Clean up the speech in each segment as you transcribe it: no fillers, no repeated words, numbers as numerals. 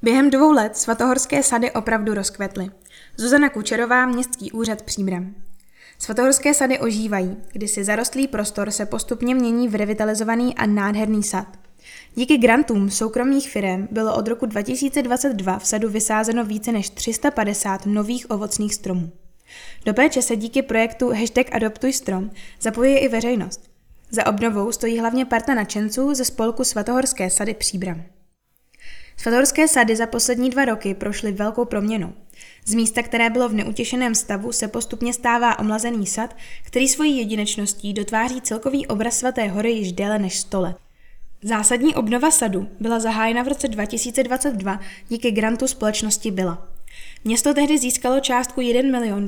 Během 2 let svatohorské sady opravdu rozkvetly. Zuzana Kučerová, Městský úřad Příbram. Svatohorské sady ožívají, kdy si zarostlý prostor se postupně mění v revitalizovaný a nádherný sad. Díky grantům soukromých firem bylo od roku 2022 v sadu vysázeno více než 350 nových ovocných stromů. Do péče se díky projektu #AdoptujStrom zapojuje i veřejnost. Za obnovou stojí hlavně parta nadšenců ze spolku Svatohorské sady Příbram. Svatohorské sady za poslední 2 roky prošly velkou proměnou. Z místa, které bylo v neutěšeném stavu, se postupně stává omlazený sad, který svojí jedinečností dotváří celkový obraz Svaté hory již déle než 100 let. Zásadní obnova sadu byla zahájena v roce 2022 díky grantu společnosti Byla. Město tehdy získalo částku 1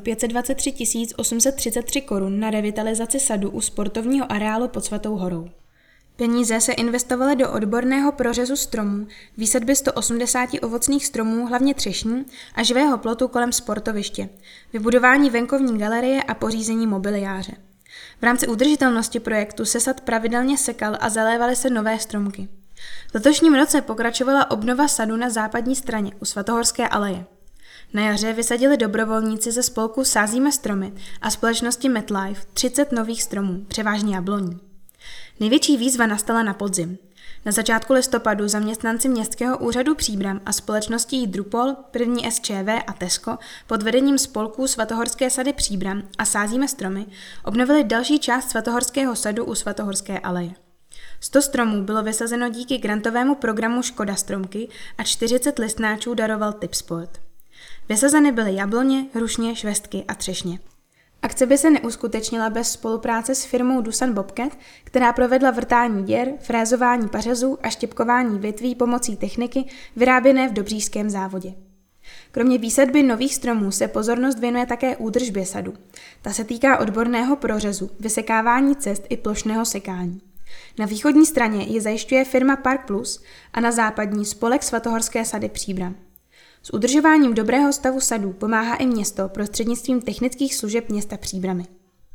523 833 korun na revitalizaci sadu u sportovního areálu pod Svatou horou. Peníze se investovaly do odborného prořezu stromů, výsadby 180 ovocných stromů, hlavně třešní, a živého plotu kolem sportoviště, vybudování venkovní galerie a pořízení mobiliáře. V rámci udržitelnosti projektu se sad pravidelně sekal a zalévaly se nové stromky. V letošním roce pokračovala obnova sadu na západní straně u Svatohorské aleje. Na jaře vysadili dobrovolníci ze spolku Sázíme stromy a společnosti MetLife 30 nových stromů, převážně jabloní. Největší výzva nastala na podzim. Na začátku listopadu zaměstnanci Městského úřadu Příbram a společností Drupol, první SČV a Tesco pod vedením spolků Svatohorské sady Příbram a Sázíme stromy obnovili další část Svatohorského sadu u Svatohorské aleje. 100 stromů bylo vysazeno díky grantovému programu Škoda stromky a 40 listnáčů daroval Tipsport. Vysazeny byly jabloně, hrušně, švestky a třešně. Akce by se neuskutečnila bez spolupráce s firmou Dusan Bobcat, která provedla vrtání děr, frézování pařezů a štěpkování větví pomocí techniky vyráběné v Dobříšském závodě. Kromě výsadby nových stromů se pozornost věnuje také údržbě sadu. Ta se týká odborného prořezu, vysekávání cest i plošného sekání. Na východní straně je zajišťuje firma Park Plus a na západní spolek Svatohorské sady Příbram. S udržováním dobrého stavu sadů pomáhá i město prostřednictvím technických služeb města Příbramy.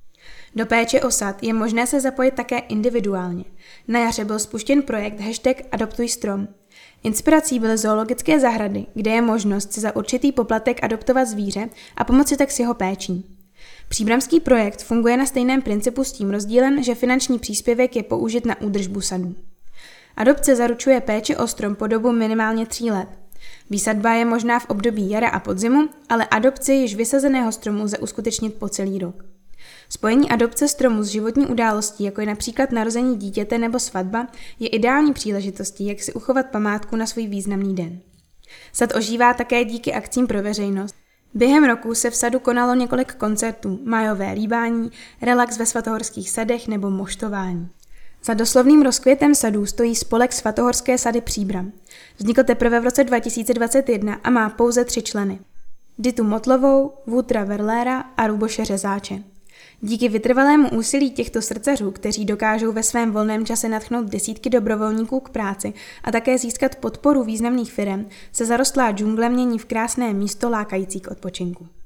Do péče o sad je možné se zapojit také individuálně. Na jaře byl spuštěn projekt #AdoptujStrom. Inspirací byly zoologické zahrady, kde je možnost si za určitý poplatek adoptovat zvíře a pomoci tak s jeho péčí. Příbramský projekt funguje na stejném principu s tím rozdílem, že finanční příspěvek je použit na údržbu sadů. Adopce zaručuje péči o strom po dobu minimálně 3 let. Výsadba je možná v období jara a podzimu, ale adopci již vysazeného stromu lze uskutečnit po celý rok. Spojení adopce stromu s životní událostí, jako je například narození dítěte nebo svatba, je ideální příležitostí, jak si uchovat památku na svůj významný den. Sad ožívá také díky akcím pro veřejnost. Během roku se v sadu konalo několik koncertů, májové líbání, relax ve svatohorských sadech nebo moštování. Za doslovným rozkvětem sadů stojí spolek Svatohorské sady Příbram. Vznikl teprve v roce 2021 a má pouze 3 členy. Ditu Motlovou, Vůtra Verléra a Ruboše Řezáče. Díky vytrvalému úsilí těchto srdcařů, kteří dokážou ve svém volném čase nadchnout desítky dobrovolníků k práci a také získat podporu významných firem, se zarostlá džungle mění v krásné místo lákající k odpočinku.